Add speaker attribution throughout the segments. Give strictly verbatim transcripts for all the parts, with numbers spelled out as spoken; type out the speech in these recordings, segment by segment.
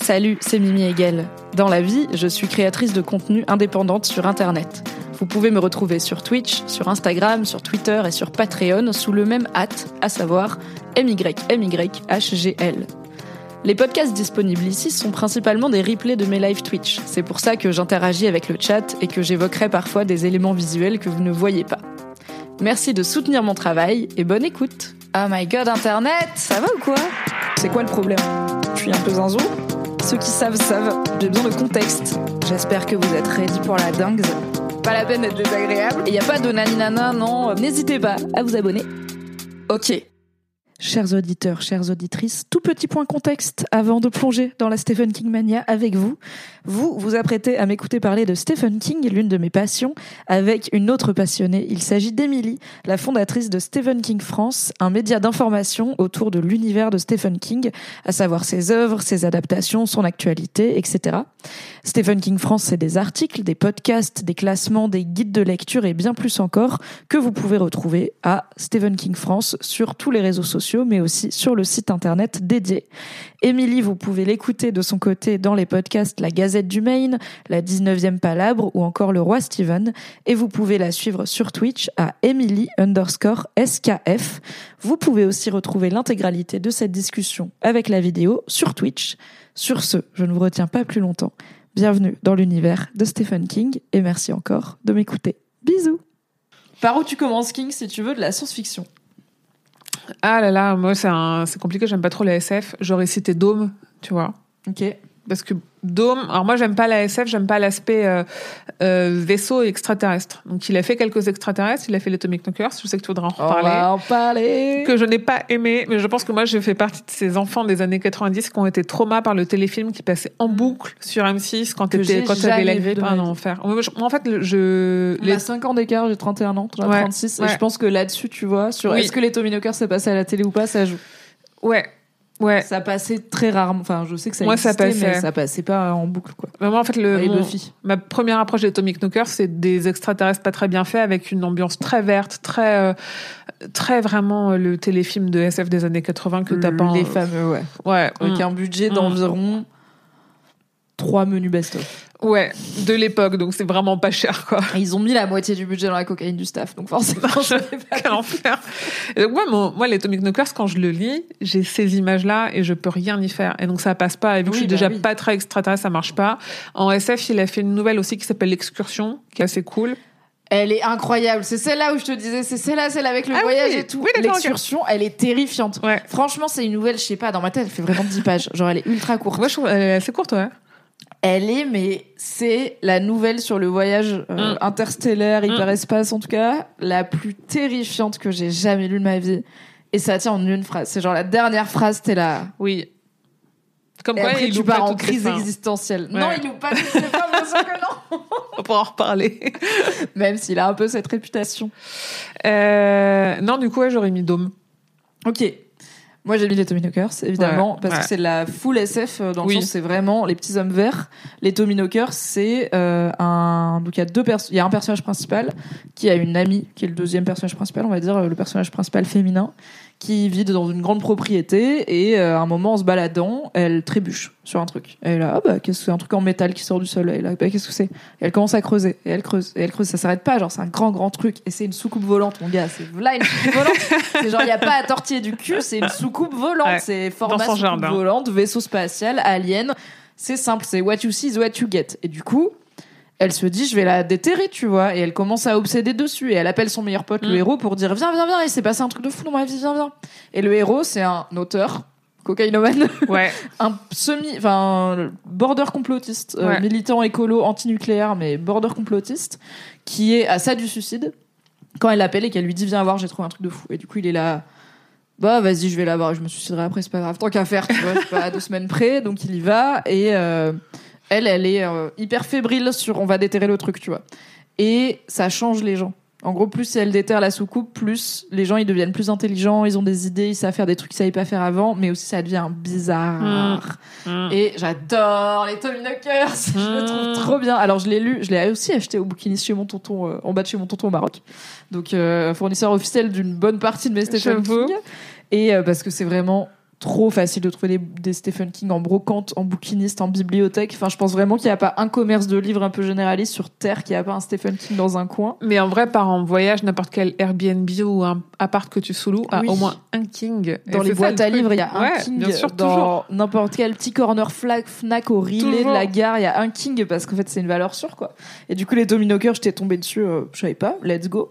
Speaker 1: Salut, c'est Mimi Hegel. Dans la vie, je suis créatrice de contenu indépendante sur Internet. Vous pouvez me retrouver sur Twitch, sur Instagram, sur Twitter et sur Patreon sous le même hâte, à savoir M Y M Y H G L. Les podcasts disponibles ici sont principalement des replays de mes live Twitch. C'est pour ça que j'interagis avec le chat et que j'évoquerai parfois des éléments visuels que vous ne voyez pas. Merci de soutenir mon travail et bonne écoute. Oh my god, Internet, ça va ou quoi ? C'est quoi le problème ? Je suis un peu zinzou ? Ceux qui savent, savent. J'ai besoin de contexte. J'espère que vous êtes ready pour la dingue. Pas la peine d'être désagréable. Et y a pas de naninana, non. N'hésitez pas à vous abonner. Ok. Chers auditeurs, chères auditrices, tout petit point contexte avant de plonger dans la Stephen King mania avec vous. Vous vous apprêtez à m'écouter parler de Stephen King, l'une de mes passions, avec une autre passionnée. Il s'agit d'Émilie, la fondatrice de Stephen King France, un média d'information autour de l'univers de Stephen King, à savoir ses œuvres, ses adaptations, son actualité, et cetera. Stephen King France, c'est des articles, des podcasts, des classements, des guides de lecture et bien plus encore que vous pouvez retrouver à Stephen King France sur tous les réseaux sociaux, mais aussi sur le site internet dédié. Émilie, vous pouvez l'écouter de son côté dans les podcasts La Gazette du Maine, La dix-neuvième Palabre ou encore Le Roi Steven. Et vous pouvez la suivre sur Twitch à Emily underscore S K F. Vous pouvez aussi retrouver l'intégralité de cette discussion avec la vidéo sur Twitch. Sur ce, je ne vous retiens pas plus longtemps. Bienvenue dans l'univers de Stephen King et merci encore de m'écouter. Bisous. Par où tu commences, King, si tu veux, de la science-fiction ?
Speaker 2: Ah là là, moi c'est, un, c'est compliqué, j'aime pas trop la S F. J'aurais cité Dôme, tu vois.
Speaker 1: Ok.
Speaker 2: Parce que Dôme, alors moi j'aime pas la S F, j'aime pas l'aspect euh, euh, vaisseau extraterrestre. Donc il a fait quelques extraterrestres, il a fait l'Atomic Knockers, je sais que tu voudrais en reparler.
Speaker 1: On va en parler.
Speaker 2: Que je n'ai pas aimé, mais je pense que moi je fais partie de ces enfants des années quatre-vingt-dix qui ont été traumas par le téléfilm qui passait en boucle sur M six quand t'étais, quand t'avais la grippe. Ah non, enfer. Moi, en fait, je...
Speaker 1: On les... a cinq ans d'écart, j'ai trente et un ans, j'en ai ouais, trente-six, ouais. Et je pense que là-dessus, tu vois, sur oui. Est-ce que les Tommy Knockers s'est passé à la télé ou pas, ça joue.
Speaker 2: Ouais. Ouais.
Speaker 1: Ça passait très rarement. Enfin, je sais que ça Moi, existait, ça mais ça passait pas en boucle, quoi.
Speaker 2: Vraiment, en fait, le, mon, ma première approche des Atomic Knockers, c'est des extraterrestres pas très bien faits, avec une ambiance très verte, très, euh, très vraiment euh, le téléfilm de S F des années quatre-vingts que t'as pas.
Speaker 1: Les fameux, ouais.
Speaker 2: Ouais.
Speaker 1: Avec
Speaker 2: mmh.
Speaker 1: un budget d'environ mmh. trois menus best-of.
Speaker 2: Ouais, de l'époque, donc c'est vraiment pas cher, quoi.
Speaker 1: Et ils ont mis la moitié du budget dans la cocaïne du staff, donc forcément, je sais pas.
Speaker 2: Quel enfer. Et donc, moi, mon, moi, les Atomic Knockers, quand je le lis, j'ai ces images-là et je peux rien y faire. Et donc, ça passe pas. Et vu oui, que je suis bah déjà oui. pas très extraterrestre, ça marche pas. En S F, il a fait une nouvelle aussi qui s'appelle L'Excursion, qui est assez cool.
Speaker 1: Elle est incroyable. C'est celle-là où je te disais, c'est celle-là, celle avec le ah voyage
Speaker 2: oui,
Speaker 1: et tout.
Speaker 2: Oui,
Speaker 1: L'excursion, okay. Elle est terrifiante.
Speaker 2: Ouais.
Speaker 1: Franchement, c'est une nouvelle, je sais pas, dans ma tête, elle fait vraiment dix pages. Genre, elle est ultra courte.
Speaker 2: Moi, je trouve, elle est assez courte, ouais.
Speaker 1: Elle est, mais c'est la nouvelle sur le voyage euh, mm. interstellaire, hyperespace mm. en tout cas, la plus terrifiante que j'ai jamais lue de ma vie. Et ça tient en une phrase. C'est genre la dernière phrase, t'es là.
Speaker 2: Oui.
Speaker 1: Comme quoi, après, il tu pars en crise existentielle. Ouais. Non, il nous pas toutes ses fins, bien sûr que non.
Speaker 2: On pourra en reparler.
Speaker 1: Même s'il a un peu cette réputation.
Speaker 2: Euh, non, du coup, ouais, j'aurais mis Dôme.
Speaker 1: Ok. Moi, j'ai mis les Tommy Knockers, évidemment, ouais, parce ouais. que c'est de la full S F, dans le oui. sens, c'est vraiment les petits hommes verts. Les Tommy Knockers, c'est euh, un... Donc, il y a deux perso... il y a un personnage principal qui a une amie, qui est le deuxième personnage principal, on va dire, le personnage principal féminin, qui vit dans une grande propriété, et euh, à un moment, en se baladant, elle trébuche sur un truc. Et là, ah bah, qu'est-ce que c'est un truc en métal qui sort du sol. Et là, bah, qu'est-ce que c'est? Et elle commence à creuser, et elle creuse, et elle creuse. Ça s'arrête pas, genre, c'est un grand, grand truc. Et c'est une soucoupe volante, mon gars. C'est là une soucoupe volante. C'est genre, il y a pas à tortiller du cul, c'est une soucoupe volante. Ouais, c'est format soucoupe jardin. Volante, vaisseau spatial, alien. C'est simple, c'est what you see is what you get. Et du coup, elle se dit, je vais la déterrer, tu vois. Et elle commence à obséder dessus. Et elle appelle son meilleur pote, mmh. le héros, pour dire, viens, viens, viens. Il s'est passé un truc de fou dans ma vie, viens, viens. Et le héros, c'est un auteur, cocaïnomane,
Speaker 2: ouais.
Speaker 1: un semi, enfin, border complotiste, ouais. euh, militant écolo, antinucléaire, mais border complotiste, qui est à ça du suicide. Quand elle l'appelle et qu'elle lui dit, viens voir, j'ai trouvé un truc de fou. Et du coup, il est là, bah, vas-y, je vais la voir. Je me suiciderai après, c'est pas grave. Tant qu'à faire, tu vois, c'est pas à deux semaines près. Donc, il y va. Et, euh, Elle, elle est euh, hyper fébrile sur on va déterrer le truc, tu vois. Et ça change les gens. En gros, plus elle déterre la soucoupe, plus les gens ils deviennent plus intelligents, ils ont des idées, ils savent faire des trucs qu'ils savaient pas faire avant, mais aussi ça devient bizarre. Mmh. Mmh. Et j'adore les Tommy Knockers, mmh. je le trouve trop bien. Alors je l'ai lu, je l'ai aussi acheté au bouquiniste chez mon tonton, euh, en bas de chez mon tonton au Maroc. Donc euh, fournisseur officiel d'une bonne partie de mes Stephen King. Et euh, parce que c'est vraiment trop facile de trouver des, des Stephen King en brocante, en bouquiniste, en bibliothèque. Enfin, je pense vraiment qu'il n'y a pas un commerce de livres un peu généraliste sur Terre qui n'a pas un Stephen King dans un coin.
Speaker 2: Mais en vrai, par en voyage, n'importe quel Airbnb ou un appart que tu sous-loues a oui. au moins un King.
Speaker 1: Dans et les boîtes à livres, il y a un
Speaker 2: ouais,
Speaker 1: King.
Speaker 2: Bien sûr,
Speaker 1: dans
Speaker 2: toujours.
Speaker 1: N'importe quel petit corner Fnac au Rillet de la gare, il y a un King parce qu'en fait, c'est une valeur sûre, quoi. Et du coup, les Tommy Knockers, j'étais tombée dessus, euh, je savais pas, let's go.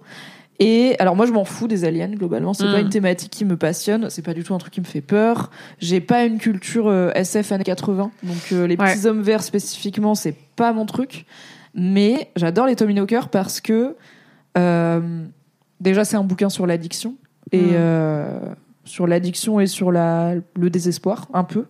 Speaker 1: Et alors moi je m'en fous des aliens globalement, c'est mmh. pas une thématique qui me passionne, c'est pas du tout un truc qui me fait peur. J'ai pas une culture euh, S F années quatre-vingts, donc euh, les ouais. petits hommes verts spécifiquement c'est pas mon truc. Mais j'adore les Tommy Knockers parce que euh, déjà c'est un bouquin sur l'addiction et mmh. euh, sur l'addiction et sur la le désespoir un peu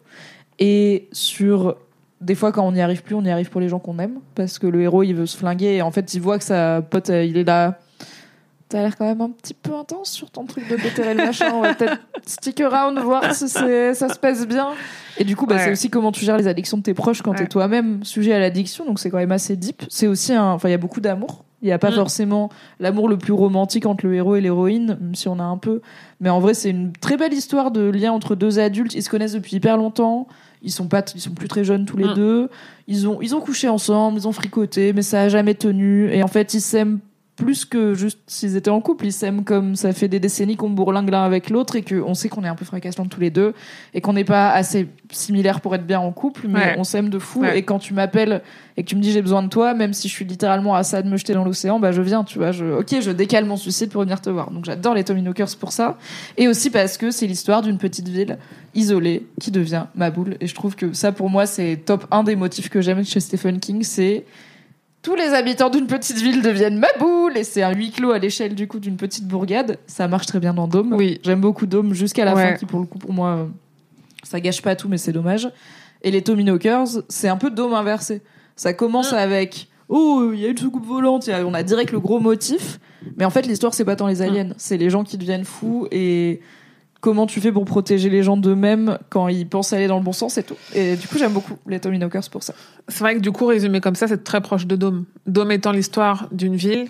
Speaker 1: et sur des fois quand on n'y arrive plus, on y arrive pour les gens qu'on aime parce que le héros il veut se flinguer et en fait il voit que sa pote il est là. T'as l'air quand même un petit peu intense sur ton truc de déterrer le machin. On va peut-être stick around, voir si c'est, ça se passe bien. Et du coup, bah, ouais. c'est aussi comment tu gères les addictions de tes proches quand ouais. t'es toi-même sujet à l'addiction. Donc c'est quand même assez deep. C'est aussi un, enfin, il y a beaucoup d'amour. Il n'y a pas mmh. forcément l'amour le plus romantique entre le héros et l'héroïne, même si on a un peu. Mais en vrai, c'est une très belle histoire de lien entre deux adultes. Ils se connaissent depuis hyper longtemps. Ils sont pas, ils sont plus très jeunes tous les mmh. deux. Ils ont, ils ont couché ensemble, ils ont fricoté, mais ça a jamais tenu. Et en fait, ils s'aiment plus que juste s'ils étaient en couple, ils s'aiment comme ça fait des décennies qu'on bourlingue l'un avec l'autre et qu'on sait qu'on est un peu fracassants tous les deux et qu'on n'est pas assez similaires pour être bien en couple, mais ouais. on s'aime de fou. Ouais. Et quand tu m'appelles et que tu me dis j'ai besoin de toi, même si je suis littéralement à ça de me jeter dans l'océan, bah je viens, tu vois. Je, ok, je décale mon suicide pour venir te voir. Donc j'adore les Tommy Knockers pour ça. Et aussi parce que c'est l'histoire d'une petite ville isolée qui devient ma boule. Et je trouve que ça, pour moi, c'est top un des motifs que j'aime chez Stephen King, c'est tous les habitants d'une petite ville deviennent ma boule et c'est un huis clos à l'échelle du coup d'une petite bourgade. Ça marche très bien dans Dôme.
Speaker 2: Oui.
Speaker 1: J'aime beaucoup Dôme jusqu'à la
Speaker 2: ouais.
Speaker 1: fin qui pour le coup pour moi ça gâche pas tout mais c'est dommage. Et les Tommy Knockers, c'est un peu Dôme inversé. Ça commence mmh. avec oh il y a une soucoupe volante, y a, on a direct le gros motif, mais en fait l'histoire c'est pas tant les aliens, mmh. c'est les gens qui deviennent fous et comment tu fais pour protéger les gens d'eux-mêmes quand ils pensent aller dans le bon sens et tout. Et du coup, j'aime beaucoup les Tommy Knockers pour ça.
Speaker 2: C'est vrai que du coup, résumé comme ça, c'est très proche de Dôme. Dôme étant l'histoire d'une ville.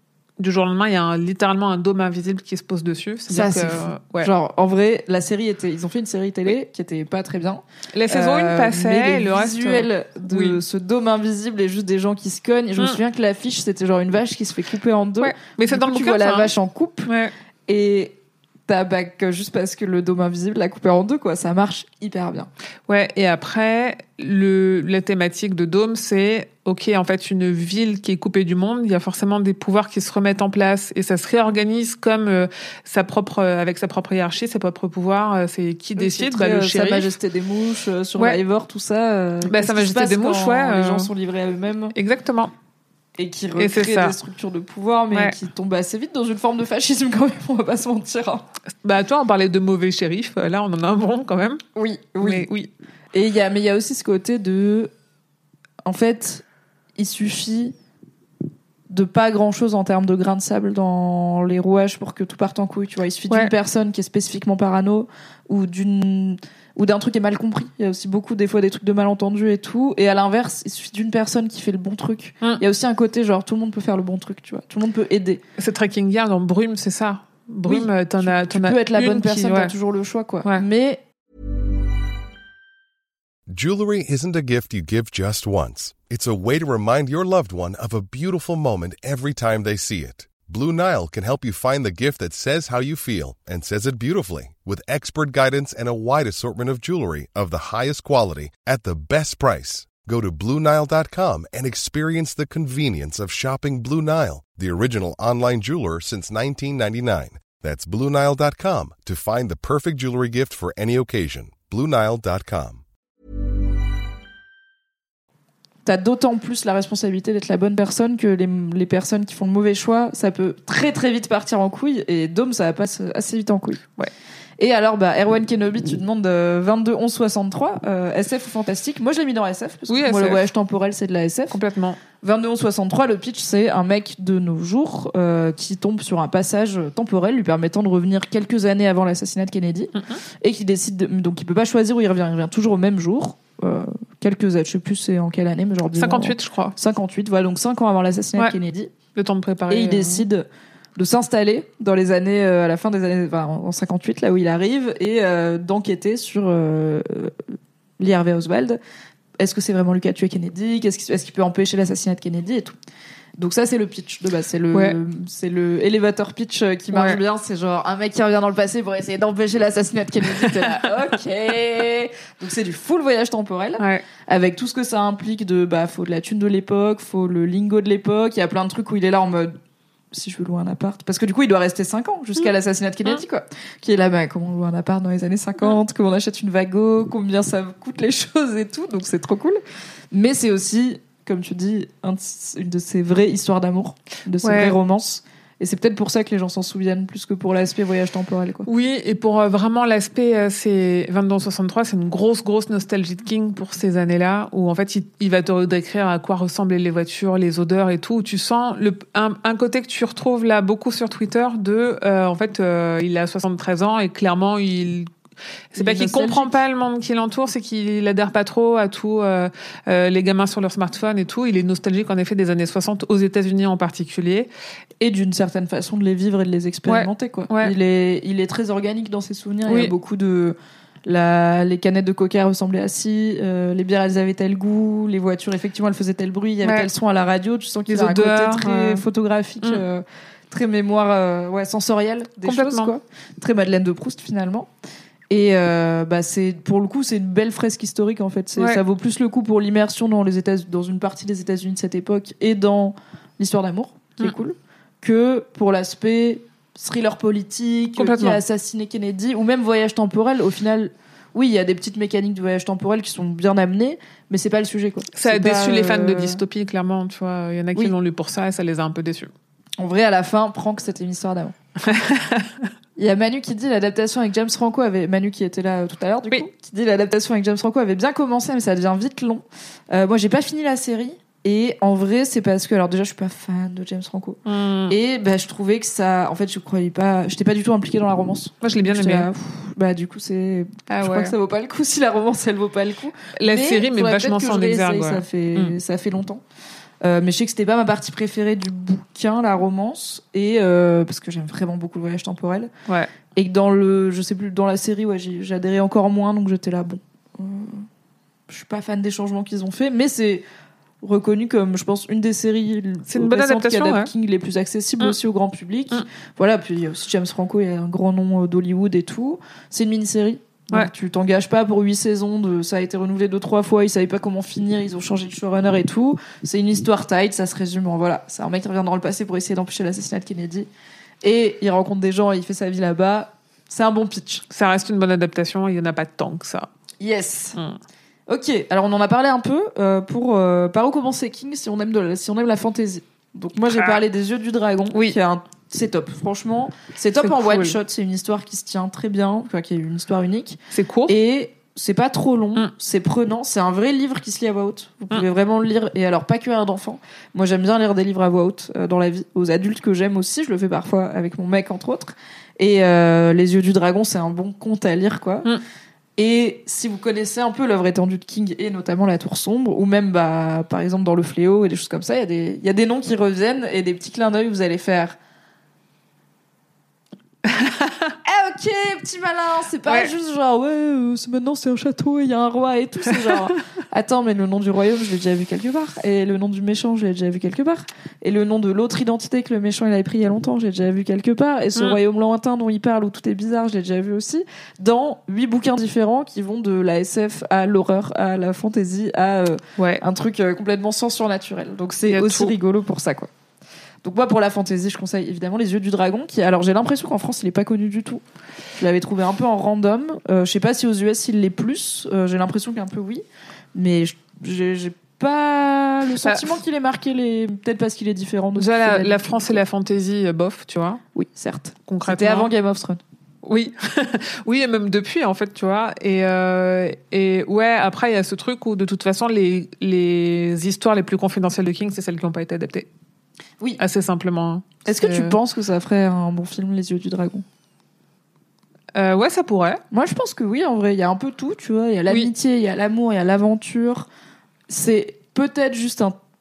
Speaker 2: Du jour au lendemain, il y a un, littéralement un dôme invisible qui se pose dessus.
Speaker 1: Ça, c'est que, fou. Ouais. Genre, en vrai, la série était... Ils ont fait une série télé oui. qui était pas très bien.
Speaker 2: La saison euh, un passait,
Speaker 1: mais
Speaker 2: le
Speaker 1: visuel
Speaker 2: reste...
Speaker 1: de
Speaker 2: oui.
Speaker 1: ce dôme invisible et juste des gens qui se cognent. Et je mmh. me souviens que l'affiche, c'était genre une vache qui se fait couper en deux.
Speaker 2: Ouais. Mais c'est dans le
Speaker 1: tu
Speaker 2: bouquin,
Speaker 1: vois la
Speaker 2: hein.
Speaker 1: vache en coupe.
Speaker 2: Ouais.
Speaker 1: Et... tabac juste parce que le dôme invisible l'a coupé en deux, quoi. Ça marche hyper bien.
Speaker 2: Ouais, et après, le, la thématique de Dôme, c'est, ok, en fait, une ville qui est coupée du monde, il y a forcément des pouvoirs qui se remettent en place et ça se réorganise comme euh, sa propre, euh, avec sa propre hiérarchie, ses propres pouvoirs, euh, c'est qui oui, décide,
Speaker 1: c'est très,
Speaker 2: bah, le
Speaker 1: euh,
Speaker 2: shérif.
Speaker 1: Sa Majesté des mouches, euh, sur
Speaker 2: ouais.
Speaker 1: Survivor, tout ça. Euh,
Speaker 2: bah, Sa Majesté des mouches, ouais.
Speaker 1: Les
Speaker 2: euh...
Speaker 1: gens sont livrés à eux-mêmes.
Speaker 2: Exactement.
Speaker 1: Et qui recrée des structures de pouvoir, mais ouais. qui tombent assez vite dans une forme de fascisme quand même, on va pas se mentir. Hein.
Speaker 2: Bah toi, on parlait de mauvais shérif, là on en a un bon quand même.
Speaker 1: Oui, oui.
Speaker 2: Mais, oui.
Speaker 1: Et il y a, mais il y a aussi ce côté de... En fait, il suffit de pas grand-chose en termes de grains de sable dans les rouages pour que tout parte en couille, tu vois. Il suffit ouais. d'une personne qui est spécifiquement parano ou d'une... ou d'un truc qui est mal compris. Il y a aussi beaucoup, des fois, des trucs de malentendus et tout. Et à l'inverse, il suffit d'une personne qui fait le bon truc. Mm. Il y a aussi un côté, genre, tout le monde peut faire le bon truc, tu vois. Tout le monde peut aider.
Speaker 2: C'est Tracking Guard dans Brume, c'est ça. Brume, oui, t'en as, t'en
Speaker 1: tu
Speaker 2: as
Speaker 1: peux être la bonne
Speaker 2: qui,
Speaker 1: personne,
Speaker 2: ouais.
Speaker 1: t'as toujours le choix, quoi.
Speaker 2: Ouais.
Speaker 1: Mais...
Speaker 3: Jewelry isn't a gift you give just once. It's a way to remind your loved one of a beautiful moment every time they see it. Blue Nile can help you find the gift that says how you feel and says it beautifully with expert guidance and a wide assortment of jewelry of the highest quality at the best price. Go to Blue Nile dot com and experience the convenience of shopping Blue Nile, the original online jeweler since nineteen ninety-nine. That's Blue Nile dot com to find the perfect jewelry gift for any occasion. Blue Nile dot com.
Speaker 1: T'as d'autant plus la responsabilité d'être la bonne personne que les, les personnes qui font le mauvais choix, ça peut très très vite partir en couille, et Dôme, ça passe assez vite en couille.
Speaker 2: Ouais.
Speaker 1: Et alors, bah, Erwan Kenobi, tu demandes euh, vingt-deux onze soixante-trois, euh, S F ou fantastique. Moi, je l'ai mis dans S F, parce que
Speaker 2: oui,
Speaker 1: moi,
Speaker 2: S F.
Speaker 1: Le voyage temporel, c'est de la S F.
Speaker 2: Complètement.
Speaker 1: vingt-deux onze soixante-trois, le pitch, c'est un mec de nos jours euh, qui tombe sur un passage temporel lui permettant de revenir quelques années avant l'assassinat de Kennedy, mm-hmm. et qui décide, de, donc il peut pas choisir où il revient, il revient toujours au même jour. Euh, quelques années, je sais plus c'est en quelle année, mais genre
Speaker 2: cinquante-huit,
Speaker 1: ans,
Speaker 2: je crois.
Speaker 1: cinquante-huit, voilà, donc cinq ans avant l'assassinat
Speaker 2: ouais.
Speaker 1: de Kennedy.
Speaker 2: Le temps de préparer.
Speaker 1: Et il décide de s'installer dans les années euh, à la fin des années enfin, en cinquante-huit là où il arrive et euh, d'enquêter sur euh, Lee Harvey Oswald. Est-ce que c'est vraiment lui qui a tué Kennedy? Qu'est-ce qu'il, est-ce qu'il peut empêcher l'assassinat de Kennedy et tout. Donc ça c'est le pitch de base, c'est le
Speaker 2: ouais.
Speaker 1: c'est le elevator pitch qui marche ouais. bien, c'est genre un mec qui revient dans le passé pour essayer d'empêcher l'assassinat de Kennedy. T'es là, ok. Donc c'est du full voyage temporel
Speaker 2: ouais.
Speaker 1: avec tout ce que ça implique de bah faut de la thune de l'époque, faut le lingo de l'époque, il y a plein de trucs où il est là en mode si je veux louer un appart parce que du coup il doit rester cinq ans jusqu'à mmh. l'assassinat de Kennedy mmh. quoi. Qui est là bah comment on loue un appart dans les années cinquante, mmh. comment on achète une Vago, combien ça coûte les choses et tout. Donc c'est trop cool. Mais c'est aussi comme tu dis, un, une de ces vraies histoires d'amour, de ces ouais. vraies romances. Et c'est peut-être pour ça que les gens s'en souviennent plus que pour l'aspect voyage temporel, quoi.
Speaker 2: Oui, et pour euh, vraiment l'aspect, euh, c'est vingt-deux soixante-trois, c'est une grosse, grosse nostalgie de King pour ces années-là, où en fait, il, il va te décrire à quoi ressemblaient les voitures, les odeurs et tout, où tu sens le, un, un côté que tu retrouves là beaucoup sur Twitter de, euh, en fait, euh, il a soixante-treize ans et clairement, il c'est il pas qu'il comprend pas le monde qui l'entoure, c'est qu'il adhère pas trop à tout euh, euh, les gamins sur leur smartphone et tout. Il est nostalgique en effet des années soixante aux États-Unis en particulier
Speaker 1: et d'une certaine façon de les vivre et de les expérimenter ouais. quoi. Ouais. Il est il est très organique dans ses souvenirs. Oui. Il y a beaucoup de la les canettes de Coca ressemblaient à ci, euh, les bières elles avaient tel goût, les voitures effectivement elles faisaient tel bruit, il y avait ouais. tel son à la radio. Tu sens qu'il y a un côté très euh... photographique. Mmh. Euh, très mémoire euh, ouais sensorielle des choses quoi. Très Madeleine de Proust finalement. Et euh, bah c'est pour le coup c'est une belle fresque historique en fait. C'est, ouais. Ça vaut plus le coup pour l'immersion dans les États dans une partie des États-Unis de cette époque et dans l'histoire d'amour qui mmh. est cool que pour l'aspect thriller politique qui a assassiné Kennedy ou même voyage temporel. Au final, oui, il y a des petites mécaniques de voyage temporel qui sont bien amenées, mais c'est pas le sujet quoi.
Speaker 2: Ça
Speaker 1: c'est
Speaker 2: a déçu
Speaker 1: pas,
Speaker 2: les fans
Speaker 1: euh...
Speaker 2: de dystopie clairement. Tu vois, il y en a qui oui. l'ont lu pour ça et ça les a un peu déçus.
Speaker 1: En vrai, à la fin, Prank c'était une histoire d'amour. Il y a Manu qui dit l'adaptation avec James Franco avait Manu qui était là tout à l'heure du oui. coup qui dit l'adaptation avec James Franco avait bien commencé mais ça devient vite long. Euh, moi j'ai pas fini la série et en vrai c'est parce que alors déjà je suis pas fan de James Franco mm. et bah je trouvais que ça en fait je croyais pas j'étais pas du tout impliquée dans la romance.
Speaker 2: Moi je l'ai bien aimé. Là,
Speaker 1: bah du coup c'est ah, je ouais. crois que ça vaut pas le coup si la romance elle vaut pas le coup.
Speaker 2: La
Speaker 1: mais
Speaker 2: série met vachement ça en exergue.
Speaker 1: Ça fait mm. ça fait longtemps. Euh, mais je sais que c'était pas ma partie préférée du bouquin, la romance, et euh, parce que j'aime vraiment beaucoup le voyage temporel.
Speaker 2: Ouais.
Speaker 1: Et que dans le, je sais plus, dans la série, ouais, j'ai, j'adhérais encore moins, donc j'étais là, bon, euh, je suis pas fan des changements qu'ils ont fait, mais c'est reconnu comme, je pense, une des séries
Speaker 2: c'est une bonne adaptation,
Speaker 1: qui
Speaker 2: ouais.
Speaker 1: King les plus accessibles
Speaker 2: mmh.
Speaker 1: aussi au grand public.
Speaker 2: Mmh.
Speaker 1: Voilà, puis il y a aussi James Franco, il y a un grand nom d'Hollywood et tout. C'est une mini-série. Donc ouais. tu t'engages pas pour huit saisons, de, ça a été renouvelé deux, trois fois, ils savaient pas comment finir, ils ont changé de showrunner et tout. C'est une histoire tight, ça se résume en voilà. C'est un mec qui revient dans le passé pour essayer d'empêcher l'assassinat de Kennedy. Et il rencontre des gens et il fait sa vie là-bas. C'est un bon pitch.
Speaker 2: Ça reste une bonne adaptation, il y en a pas tant que ça.
Speaker 1: Yes. Mm. Ok, alors on en a parlé un peu, euh, pour, euh, par où commencer King si on aime de la, si on aime la fantasy. Donc moi j'ai ah. parlé des Yeux du Dragon,
Speaker 2: oui.
Speaker 1: qui est un c'est top, franchement. C'est top c'est en cool. one shot. C'est une histoire qui se tient très bien, enfin, qui est une histoire unique.
Speaker 2: C'est court.
Speaker 1: Et c'est pas trop long. Mm. C'est prenant. C'est un vrai livre qui se lit à voix haute. Vous pouvez mm. vraiment le lire. Et alors, pas que à d'enfants. Moi, j'aime bien lire des livres à voix haute euh, dans la vie. Aux adultes que j'aime aussi. Je le fais parfois avec mon mec, entre autres. Et euh, Les Yeux du Dragon, c'est un bon conte à lire, quoi. Mm. Et si vous connaissez un peu l'œuvre étendue de King et notamment La Tour Sombre, ou même, bah, par exemple, dans Le Fléau et des choses comme ça, il y a des, il y a des noms qui reviennent et des petits clins d'œil où vous allez faire. Eh ok, petit malin, c'est pas ouais. juste genre ouais, euh, c'est maintenant c'est un château et il y a un roi et tout, c'est genre attends mais le nom du royaume je l'ai déjà vu quelque part et le nom du méchant je l'ai déjà vu quelque part et le nom de l'autre identité que le méchant il avait pris il y a longtemps j'ai déjà vu quelque part et ce mmh. royaume lointain dont il parle où tout est bizarre je l'ai déjà vu aussi dans huit bouquins différents qui vont de la S F à l'horreur à la fantasy à euh,
Speaker 2: ouais.
Speaker 1: un truc euh, complètement sans surnaturel donc c'est aussi tout. Rigolo pour ça quoi. Donc moi pour la fantasy je conseille évidemment Les Yeux du Dragon qui alors j'ai l'impression qu'en France il est pas connu du tout. Je l'avais trouvé un peu en random. Euh, je sais pas si aux U S il l'est plus. Euh, j'ai l'impression qu'un peu oui, mais j'ai, j'ai pas le sentiment ah. qu'il ait marqué les peut-être parce qu'il est différent de.
Speaker 2: Déjà la, la France et la fantasy bof tu vois.
Speaker 1: Oui certes.
Speaker 2: Concrètement.
Speaker 1: C'était avant Game of Thrones.
Speaker 2: Oui, oui et même depuis en fait tu vois et euh, et ouais après il y a ce truc où de toute façon les les histoires les plus confidentielles de King c'est celles qui n'ont pas été adaptées.
Speaker 1: Oui.
Speaker 2: Assez simplement.
Speaker 1: Est-ce que tu penses que ça ferait un bon film, Les Yeux du Dragon ?
Speaker 2: euh, Ouais, ça pourrait.
Speaker 1: Moi, je pense que oui, en vrai. Il y a un peu tout, tu vois. Il y a l'amitié, il oui. y a l'amour, il y a l'aventure. C'est peut-être juste un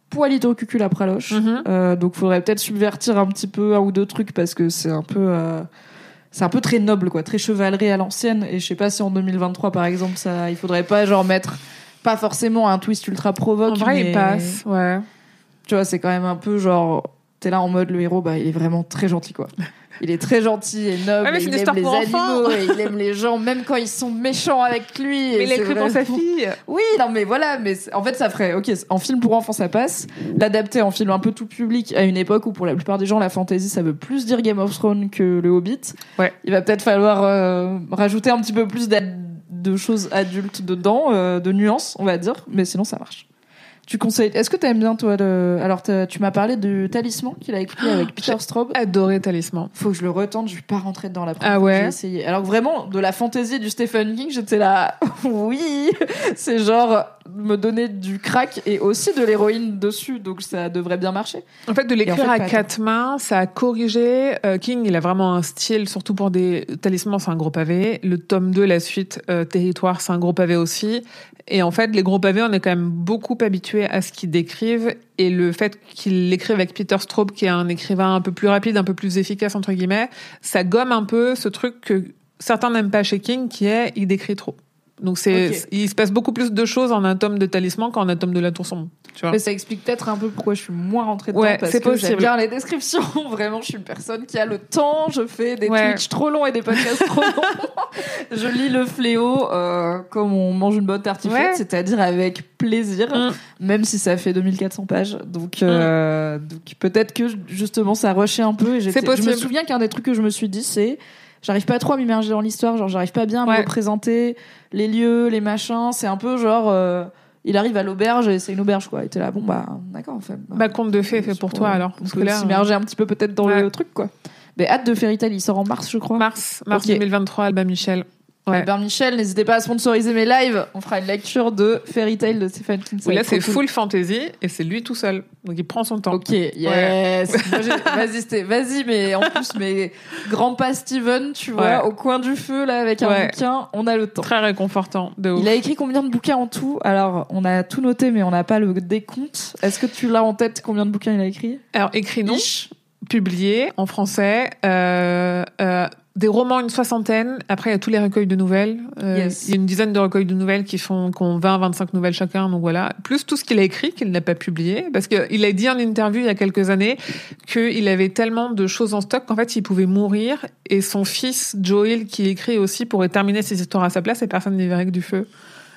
Speaker 1: poilito cucul à praloche. Mm-hmm. Euh, donc faudrait peut-être subvertir un petit peu un ou deux trucs parce que c'est un peu euh, c'est un peu très noble quoi, très chevalerie à l'ancienne et je sais pas si en deux mille vingt-trois par exemple ça il faudrait pas genre mettre pas forcément un twist ultra provoque.
Speaker 2: En vrai
Speaker 1: mais...
Speaker 2: il passe, ouais.
Speaker 1: Tu vois, c'est quand même un peu genre t'es là en mode le héros bah il est vraiment très gentil quoi. Il est très gentil et noble,
Speaker 2: ouais,
Speaker 1: et il aime les animaux, et il aime les gens, même quand ils sont méchants avec lui.
Speaker 2: Mais il a cru pour sa fille.
Speaker 1: Oui, non, mais voilà, mais en fait, ça ferait, ok, en film pour enfants, ça passe. L'adapter en film un peu tout public à une époque où, pour la plupart des gens, la fantasy, ça veut plus dire Game of Thrones que le Hobbit.
Speaker 2: Ouais.
Speaker 1: Il va peut-être falloir euh, rajouter un petit peu plus de choses adultes dedans, euh, de nuances, on va dire, mais sinon, ça marche. Tu conseilles. Est-ce que t'aimes bien, toi, le... Alors, tu m'as parlé de Talisman qu'il a écrit avec Peter Straub.
Speaker 2: J'ai adoré Talisman.
Speaker 1: Faut que je le retente, je suis pas rentrée dedans la première
Speaker 2: ah
Speaker 1: fois
Speaker 2: ouais.
Speaker 1: que j'ai essayé. Alors que vraiment, de la fantaisie du Stephen King, j'étais là, oui, c'est genre me donner du crack et aussi de l'héroïne dessus, donc ça devrait bien marcher.
Speaker 2: En fait, de l'écrire en fait, à quatre
Speaker 1: tant.
Speaker 2: mains, ça a corrigé. Euh, King, il a vraiment un style, surtout pour des Talismans, c'est un gros pavé. Le tome deux, la suite, euh, Territoire, c'est un gros pavé aussi. Et en fait, les gros pavés, on est quand même beaucoup habitués à ce qu'ils décrivent. Et le fait qu'il l'écrive avec Peter Straub, qui est un écrivain un peu plus rapide, un peu plus efficace, entre guillemets, ça gomme un peu ce truc que certains n'aiment pas chez King, qui est il décrit trop. Donc c'est, okay. Il se passe beaucoup plus de choses en un tome de Talisman qu'en un tome de La Tour Sombre. Tu vois.
Speaker 1: Mais ça explique peut-être un peu pourquoi je suis moins rentrée dedans,
Speaker 2: ouais,
Speaker 1: parce
Speaker 2: c'est
Speaker 1: que
Speaker 2: possible.
Speaker 1: J'aime bien les descriptions. Vraiment, je suis une personne qui a le temps. Je fais des
Speaker 2: ouais.
Speaker 1: Twitch trop longs et des podcasts trop longs. Je lis Le Fléau euh, comme on mange une bonne tartiflette, ouais. c'est-à-dire avec plaisir, mm. même si ça fait deux mille quatre cents pages. Donc, euh, mm. donc peut-être que justement ça rushait un peu. Et
Speaker 2: c'est possible.
Speaker 1: Je me souviens qu'un des trucs que je me suis dit, c'est j'arrive pas trop à m'immerger dans l'histoire, genre j'arrive pas bien à ouais. me représenter les lieux, les machins, c'est un peu genre euh, il arrive à l'auberge et c'est une auberge quoi, et t'es là bon bah d'accord en fait. Bah,
Speaker 2: bah conte de fées fait pour toi alors.
Speaker 1: On peut s'immerger un petit peu peut-être dans ouais. le truc quoi. Mais hâte de Fairy Tail, il sort en mars je crois.
Speaker 2: Mars, mars okay. deux mille vingt-trois, Albin Michel.
Speaker 1: Ouais. Albert Michel, n'hésitez pas à sponsoriser mes lives. On fera une lecture de Fairy Tail de Stephen King.
Speaker 2: Oui, là, c'est cool. Full fantasy et c'est lui tout seul. Donc, il prend son temps.
Speaker 1: Ok, yes. Ouais. Moi, vas-y, vas-y, mais en plus, mes grands pas Steven, tu vois, ouais. au coin du feu, là, avec un ouais. bouquin, on a le temps.
Speaker 2: Très réconfortant, de ouf.
Speaker 1: Il a écrit combien de bouquins en tout? Alors, on a tout noté, mais on n'a pas le décompte. Est-ce que tu l'as en tête combien de bouquins il a écrit?
Speaker 2: Alors, écrit non. Ish. Publié en français. Euh, euh, Des romans, une soixantaine. Après, il y a tous les recueils de nouvelles. Euh, yes. Il y a une dizaine de recueils de nouvelles qui font, qui ont vingt, vingt-cinq nouvelles chacun. Donc voilà. Plus tout ce qu'il a écrit, qu'il n'a pas publié. Parce qu'il a dit en interview il y a quelques années qu'il avait tellement de choses en stock qu'en fait, il pouvait mourir. Et son fils, Joel, qui écrit aussi, pourrait terminer ses histoires à sa place et personne n'y verrait que du feu.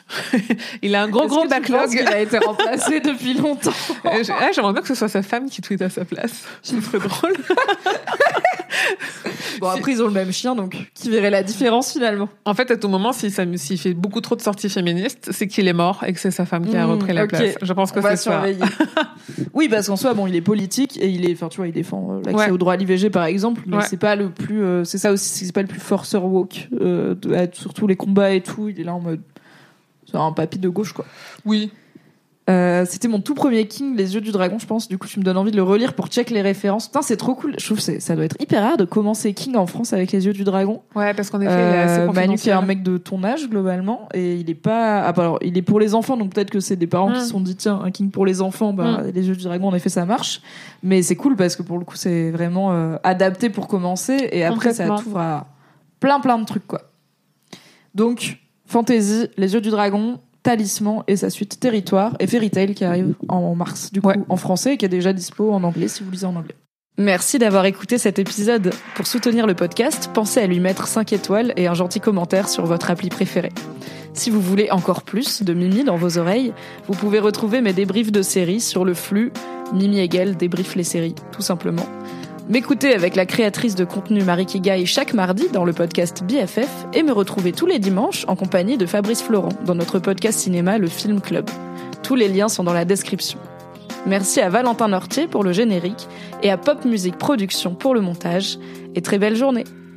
Speaker 2: Il a un gros,
Speaker 1: Est-ce
Speaker 2: gros
Speaker 1: que
Speaker 2: backlog.
Speaker 1: Il a été remplacé depuis longtemps.
Speaker 2: Ah, j'aimerais bien que ce soit sa femme qui tweete à sa place. Ça ferait drôle.
Speaker 1: Bon, après, ils ont le même chien, donc qui verrait la différence finalement? En
Speaker 2: fait, à tout moment, s'il, s'il fait beaucoup trop de sorties féministes, c'est qu'il est mort et que c'est sa femme qui a repris mmh, la okay. place. Je pense que
Speaker 1: On
Speaker 2: c'est
Speaker 1: va
Speaker 2: ça.
Speaker 1: Surveiller. Oui, parce qu'en soi, bon, il est politique et il est, enfin, tu vois, il défend l'accès ouais. au droit à l'I V G par exemple, mais ouais. c'est pas le plus, euh, c'est ça aussi, c'est pas le plus forceur woke, euh, de, surtout les combats et tout. Il est là en mode. C'est un papy de gauche, quoi.
Speaker 2: Oui.
Speaker 1: Euh, c'était mon tout premier King, Les Yeux du Dragon, je pense. Du coup, tu me donnes envie de le relire pour check les références. Putain, c'est trop cool. Je trouve que c'est, ça doit être hyper rare de commencer King en France avec Les Yeux du Dragon.
Speaker 2: Ouais, parce qu'en effet, euh, il est assez confidentiel.
Speaker 1: Manu, qui est un mec de ton âge, globalement, et il est pas... Ah, bah, alors, il est pour les enfants, donc peut-être que c'est des parents mmh. qui se sont dit, tiens, un King pour les enfants, bah, mmh. Les Yeux du Dragon, en effet, ça marche. Mais c'est cool parce que pour le coup, c'est vraiment euh, adapté pour commencer, et après, ça t'ouvre à plein, plein de trucs, quoi. Donc, fantasy, Les Yeux du Dragon... Talisman et sa suite Territoire et Fairy Tail qui arrive en mars du coup ouais. en français et qui est déjà dispo en anglais si vous lisez en anglais. Merci d'avoir écouté cet épisode. Pour soutenir le podcast, pensez à lui mettre cinq étoiles et un gentil commentaire sur votre appli préférée. Si vous voulez encore plus de Mimi dans vos oreilles, vous pouvez retrouver mes débriefs de séries sur le flux Mimi Hegel débrief les séries, tout simplement. M'écouter avec la créatrice de contenu Marie Kigai chaque mardi dans le podcast B F F et me retrouver tous les dimanches en compagnie de Fabrice Florent dans notre podcast cinéma Le Film Club. Tous les liens sont dans la description. Merci à Valentin Nortier pour le générique et à Pop Music Production pour le montage. Et très belle journée.